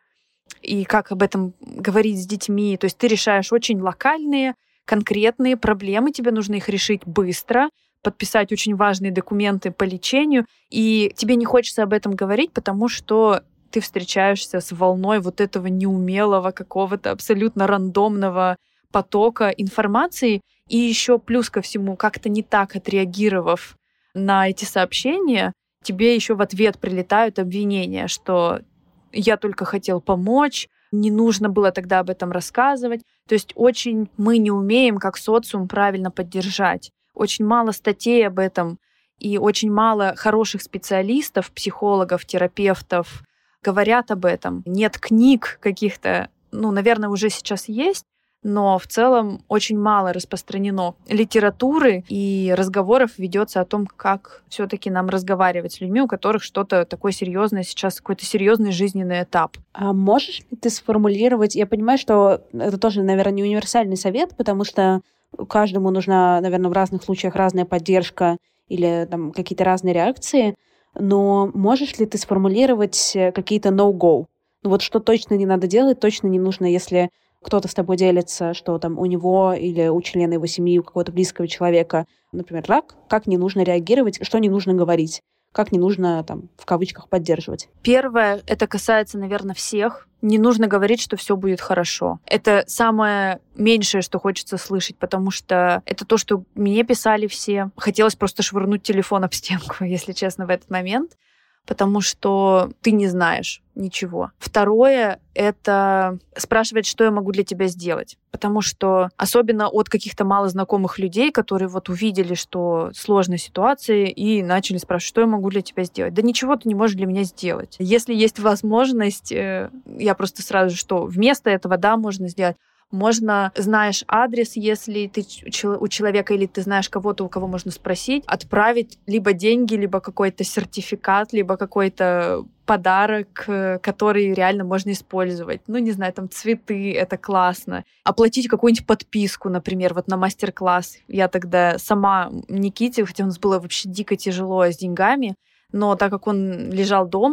и как об этом говорить с детьми. То есть ты решаешь очень локальные, конкретные проблемы, тебе нужно их решить быстро, подписать очень важные документы по лечению, и тебе не хочется об этом говорить, потому что ты встречаешься с волной вот этого неумелого, какого-то абсолютно рандомного потока информации, и еще плюс ко всему, как-то не так отреагировав на эти сообщения, тебе еще в ответ прилетают обвинения, что я только хотел помочь, не нужно было тогда об этом рассказывать. То есть очень мы не умеем, как социум, правильно поддержать. Очень мало статей об этом, и очень мало хороших специалистов, психологов, терапевтов говорят об этом. Нет книг каких-то, ну, наверное, уже сейчас есть, но в целом очень мало распространено литературы и разговоров ведется о том, как все-таки нам разговаривать с людьми, у которых что-то такое серьезное сейчас, какой-то серьезный жизненный этап. А можешь ли ты сформулировать, я понимаю, что это тоже, наверное, не универсальный совет, потому что каждому нужна, наверное, в разных случаях разная поддержка или там какие-то разные реакции, но можешь ли ты сформулировать какие-то no-go? Ну вот что точно не надо делать, точно не нужно, если кто-то с тобой делится, что там у него или у члена его семьи, у какого-то близкого человека, например, рак, как не нужно реагировать, что не нужно говорить, как не нужно, там, в кавычках, поддерживать. Первое, это касается, наверное, всех. Не нужно говорить, что все будет хорошо. Это самое меньшее, что хочется слышать, потому что это то, что мне писали все. Хотелось просто швырнуть телефон об стенку, если честно, в этот момент, потому что ты не знаешь ничего. Второе — это спрашивать, что я могу для тебя сделать. Потому что особенно от каких-то малознакомых людей, которые вот увидели, что сложная ситуация, и начали спрашивать, что я могу для тебя сделать. Да ничего ты не можешь для меня сделать. Если есть возможность, я просто сразу, что вместо этого, да, можно сделать. Можно, знаешь адрес, если ты у человека или ты знаешь кого-то, у кого можно спросить, отправить либо деньги, либо какой-то сертификат, либо какой-то подарок, который реально можно использовать. Ну, не знаю, там цветы, это классно. Оплатить какую-нибудь подписку, например, вот на мастер-класс. Я тогда сама Никите, хотя у нас было вообще дико тяжело с деньгами, но так как он лежал дома,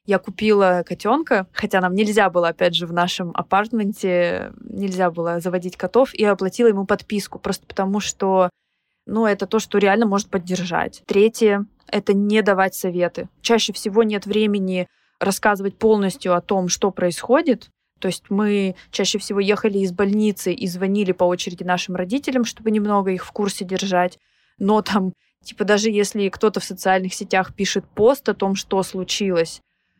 Я купила котенка, хотя нам нельзя было, опять же, в нашем апартменте, нельзя было заводить котов, и оплатила ему подписку, просто потому что, ну, это то, что реально может поддержать. Третье — это не давать советы. Чаще всего нет времени рассказывать полностью о том, что происходит. То есть мы чаще всего ехали из больницы и звонили по очереди нашим родителям, чтобы немного их в курсе держать. Но там, типа, даже если кто-то в социальных сетях пишет пост о том, что случилось,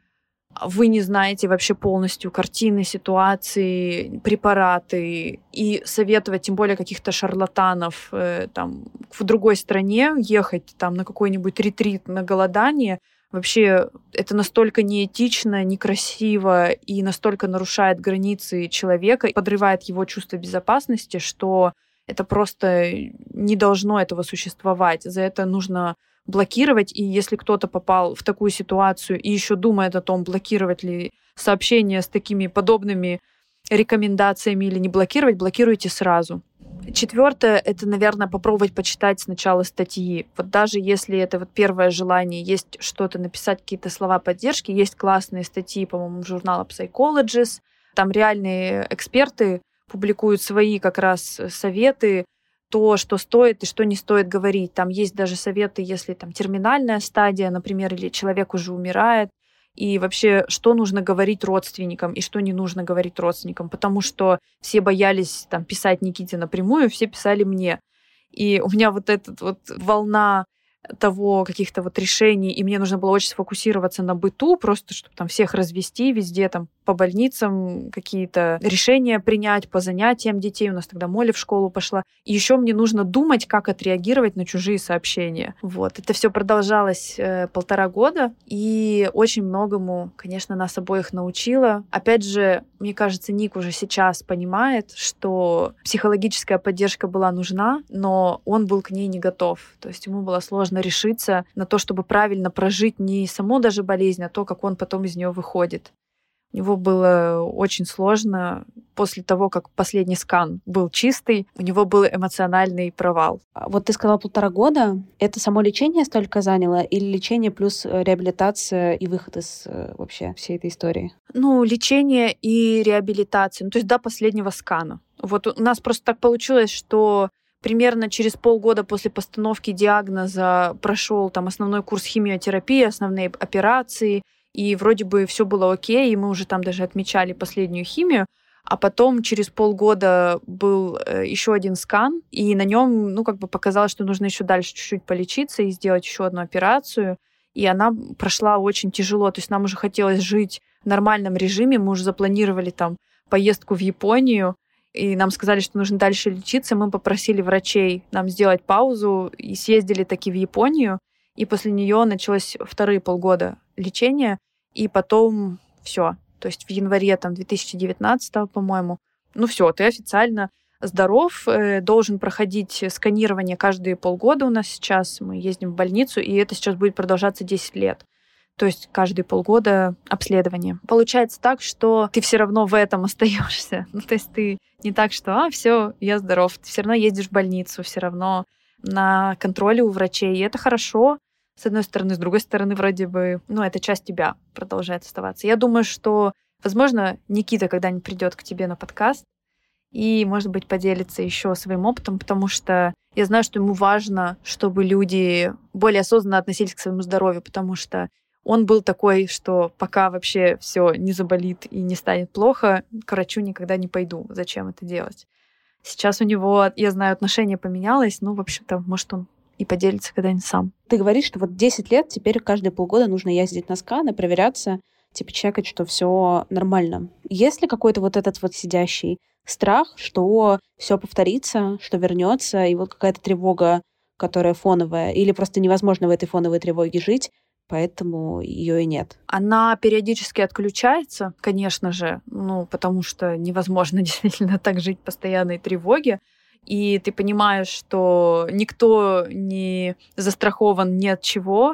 вы не знаете вообще полностью картины, ситуации, препараты, и советовать, тем более каких-то шарлатанов, э, там, в другой стране ехать там на какой-нибудь ретрит, на голодание, вообще это настолько неэтично, некрасиво и настолько нарушает границы человека, подрывает его чувство безопасности, что это просто не должно этого существовать. За это нужно блокировать, и если кто-то попал в такую ситуацию и еще думает о том, блокировать ли сообщения с такими подобными рекомендациями или не блокировать, блокируйте сразу. Четвертое — это, наверное, попробовать почитать сначала статьи. Вот даже если это вот первое желание, есть что-то написать, какие-то слова поддержки, есть классные статьи, по-моему, журнала Psychologist, там реальные эксперты публикуют свои как раз советы, то, что стоит и что не стоит говорить. Там есть даже советы, если там терминальная стадия, например, или человек уже умирает, и вообще, что нужно говорить родственникам и что не нужно говорить родственникам, потому что все боялись там писать Никите напрямую, все писали мне. И у меня вот эта вот волна того каких-то вот решений, и мне нужно было очень сфокусироваться на быту, просто чтобы там всех развести везде, там по больницам какие-то решения принять, по занятиям детей. У нас тогда Молли в школу пошла. И еще мне нужно думать, как отреагировать на чужие сообщения. Вот. Это все продолжалось э, полтора года, и очень многому, конечно, нас обоих научило. Опять же, мне кажется, Ник уже сейчас понимает, что психологическая поддержка была нужна, но он был к ней не готов. То есть ему было сложно решиться на то, чтобы правильно прожить не саму даже болезнь, а то, как он потом из нее выходит. У него было очень сложно. После того, как последний скан был чистый, у него был эмоциональный провал. Вот ты сказала полтора года. Это само лечение столько заняло или лечение плюс реабилитация и выход из вообще всей этой истории? Ну, лечение и реабилитация. Ну, то есть до последнего скана. Вот у нас просто так получилось, что примерно через полгода после постановки диагноза прошел там основной курс химиотерапии, основные операции, и вроде бы все было окей, и мы уже там даже отмечали последнюю химию, а потом через полгода был еще один скан, и на нем, ну, как бы показалось, что нужно еще дальше чуть-чуть полечиться и сделать еще одну операцию, и она прошла очень тяжело, то есть нам уже хотелось жить в нормальном режиме, мы уже запланировали там поездку в Японию, и нам сказали, что нужно дальше лечиться, мы попросили врачей нам сделать паузу, и съездили таки в Японию, и после нее началось вторые полгода лечения, и потом все. То есть в январе там, две тысячи девятнадцатого, по-моему, ну все, ты официально здоров, э, должен проходить сканирование каждые полгода у нас сейчас. Мы ездим в больницу, и это сейчас будет продолжаться десять лет. То есть каждые полгода обследование. Получается так, что ты все равно в этом остаешься. Ну, то есть ты не так, что а, все, я здоров. Ты все равно ездишь в больницу, все равно на контроле у врачей. И это хорошо, с одной стороны. С другой стороны, вроде бы, ну, это часть тебя продолжает оставаться. Я думаю, что, возможно, Никита когда-нибудь придет к тебе на подкаст и, может быть, поделится еще своим опытом, потому что я знаю, что ему важно, чтобы люди более осознанно относились к своему здоровью, потому что он был такой, что пока вообще все не заболит и не станет плохо, к врачу никогда не пойду. Зачем это делать? Сейчас у него, я знаю, отношение поменялось. Ну, в общем-то, может, он и поделится когда-нибудь сам. Ты говоришь, что вот десять лет теперь каждые полгода нужно ездить на сканы, проверяться, типа чекать, что все нормально. Есть ли какой-то вот этот вот сидящий страх, что все повторится, что вернется, и вот какая-то тревога, которая фоновая, или просто невозможно в этой фоновой тревоге жить, поэтому ее и нет? Она периодически отключается, конечно же, ну, потому что невозможно действительно так жить в постоянной тревоге. И ты понимаешь, что никто не застрахован ни от чего,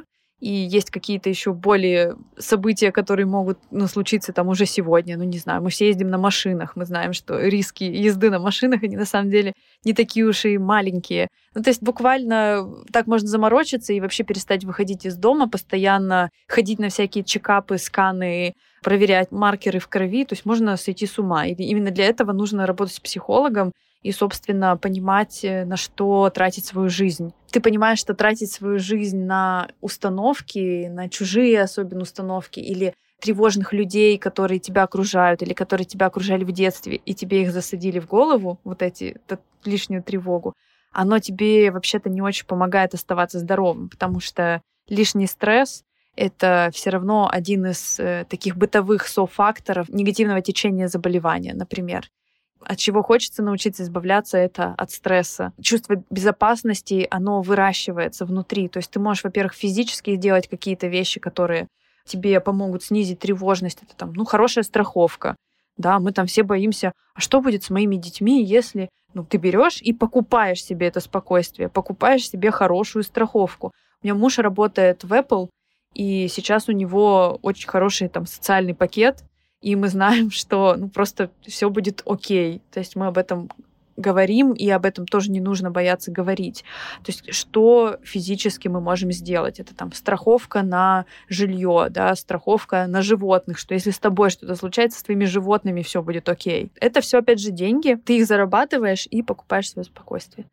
и есть какие-то еще более события, которые могут ну, случиться там уже сегодня. Ну, не знаю, мы все ездим на машинах, мы знаем, что риски езды на машинах, они на самом деле не такие уж и маленькие. Ну, то есть буквально так можно заморочиться и вообще перестать выходить из дома, постоянно ходить на всякие чекапы, сканы, проверять маркеры в крови. То есть можно сойти с ума. И именно для этого нужно работать с психологом и, собственно, понимать, на что тратить свою жизнь. Ты понимаешь, что тратить свою жизнь на установки, на чужие особенно установки или тревожных людей, которые тебя окружают или которые тебя окружали в детстве, и тебе их засадили в голову, вот эти, эту лишнюю тревогу, оно тебе вообще-то не очень помогает оставаться здоровым, потому что лишний стресс — это все равно один из э, таких бытовых софакторов негативного течения заболевания, например. От чего хочется научиться избавляться, это от стресса. Чувство безопасности, оно выращивается внутри. То есть ты можешь, во-первых, физически сделать какие-то вещи, которые тебе помогут снизить тревожность. Это там, ну, хорошая страховка. Да, мы там все боимся, а что будет с моими детьми, если ну, ты берешь и покупаешь себе это спокойствие, покупаешь себе хорошую страховку. У меня муж работает в Apple, и сейчас у него очень хороший там социальный пакет, и мы знаем, что ну, просто все будет окей. То есть мы об этом говорим, и об этом тоже не нужно бояться говорить. То есть что физически мы можем сделать? Это там страховка на жилье, да, страховка на животных, что если с тобой что-то случается, с твоими животными все будет окей. Это все опять же деньги. Ты их зарабатываешь и покупаешь свое спокойствие.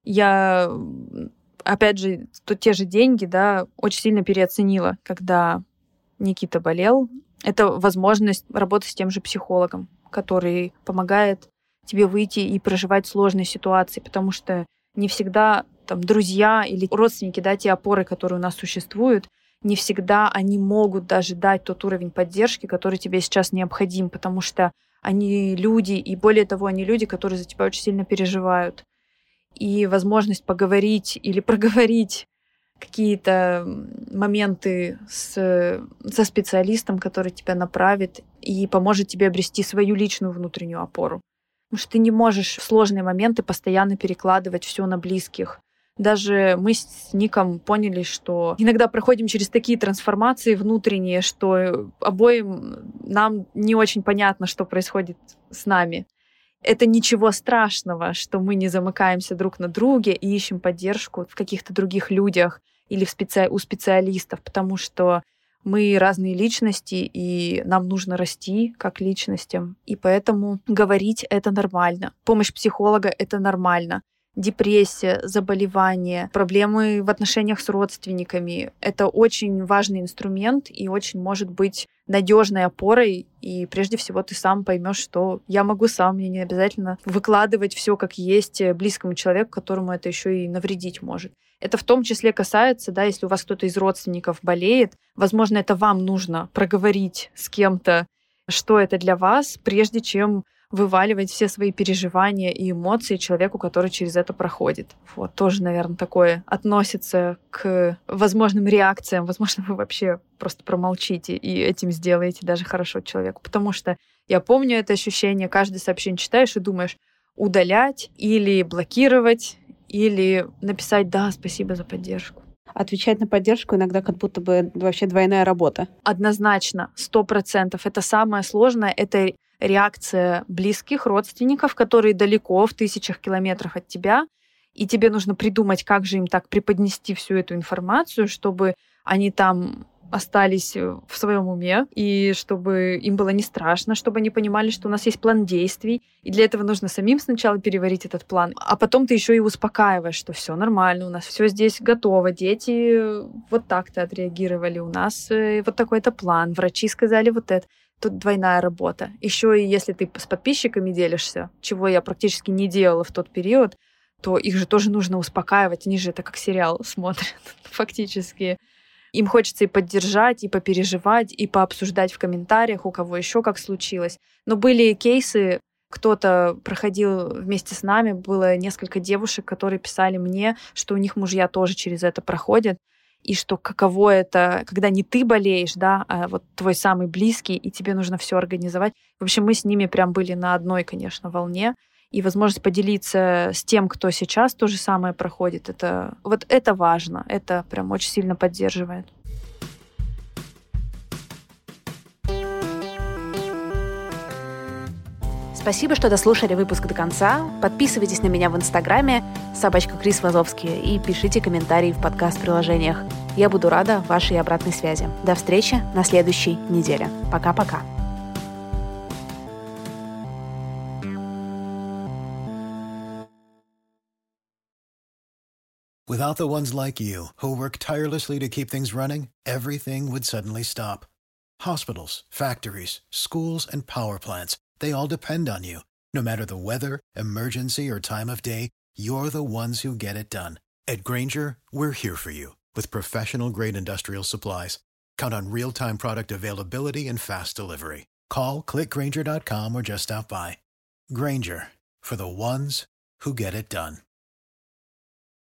Я, опять же, то те же деньги, да, очень сильно переоценила, когда Никита болел. Это возможность работать с тем же психологом, который помогает тебе выйти и проживать сложные ситуации, потому что не всегда там, друзья или родственники, да, те опоры, которые у нас существуют, не всегда они могут даже дать тот уровень поддержки, который тебе сейчас необходим, потому что они люди, и более того, они люди, которые за тебя очень сильно переживают. И возможность поговорить или проговорить какие-то моменты с, со специалистом, который тебя направит и поможет тебе обрести свою личную внутреннюю опору. Потому что ты не можешь в сложные моменты постоянно перекладывать все на близких. Даже мы с Ником поняли, что иногда проходим через такие трансформации внутренние, что обоим нам не очень понятно, что происходит с нами. Это ничего страшного, что мы не замыкаемся друг на друге и ищем поддержку в каких-то других людях или в специ... у специалистов, потому что мы разные личности, и нам нужно расти как личностям. И поэтому говорить — это нормально. Помощь психолога — это нормально. Депрессия, заболевания, проблемы в отношениях с родственниками — это очень важный инструмент и очень может быть надежной опорой. И прежде всего ты сам поймешь, что я могу сам, мне не обязательно выкладывать все как есть близкому человеку, которому это еще и навредить может. Это в том числе касается, да, если у вас кто-то из родственников болеет, возможно, это вам нужно проговорить с кем-то, что это для вас, прежде чем вываливать все свои переживания и эмоции человеку, который через это проходит. Вот тоже, наверное, такое относится к возможным реакциям. Возможно, вы вообще просто промолчите и этим сделаете даже хорошо человеку. Потому что я помню это ощущение, каждое сообщение читаешь и думаешь, удалять или блокировать, или написать «да, спасибо за поддержку». Отвечать на поддержку иногда как будто бы вообще двойная работа. Однозначно, сто процентов. Это самое сложное, это реакция близких, родственников, которые далеко, в тысячах километрах от тебя, и тебе нужно придумать, как же им так преподнести всю эту информацию, чтобы они там остались в своем уме, и чтобы им было не страшно, чтобы они понимали, что у нас есть план действий, и для этого нужно самим сначала переварить этот план, а потом ты еще и успокаиваешь, что все нормально, у нас все здесь готово, дети вот так-то отреагировали, у нас вот такой-то план, врачи сказали вот это. Тут двойная работа. Еще и если ты с подписчиками делишься, чего я практически не делала в тот период, то их же тоже нужно успокаивать. Они же это как сериал смотрят фактически. Им хочется и поддержать, и попереживать, и пообсуждать в комментариях, у кого еще как случилось. Но были кейсы, кто-то проходил вместе с нами, было несколько девушек, которые писали мне, что у них мужья тоже через это проходят, и что каково это, когда не ты болеешь, да, а вот твой самый близкий, и тебе нужно все организовать. В общем, мы с ними прям были на одной, конечно, волне. И возможность поделиться с тем, кто сейчас то же самое проходит, это вот это важно, это прям очень сильно поддерживает. Спасибо, что дослушали выпуск до конца. Подписывайтесь на меня в Инстаграме собачка Крис Вазовский и пишите комментарии в подкаст-приложениях. Я буду рада вашей обратной связи. До встречи на следующей неделе. Пока-пока. Without the ones like you, who work tirelessly to keep things running, everything would suddenly stop. Hospitals, factories, schools, and power plants, they all depend on you. No matter the weather, emergency, or time of day, you're the ones who get it done. At Grainger, we're here for you with professional-grade industrial supplies. Count on real-time product availability and fast delivery. Call, click Grainger dot com, or just stop by. Grainger, for the ones who get it done.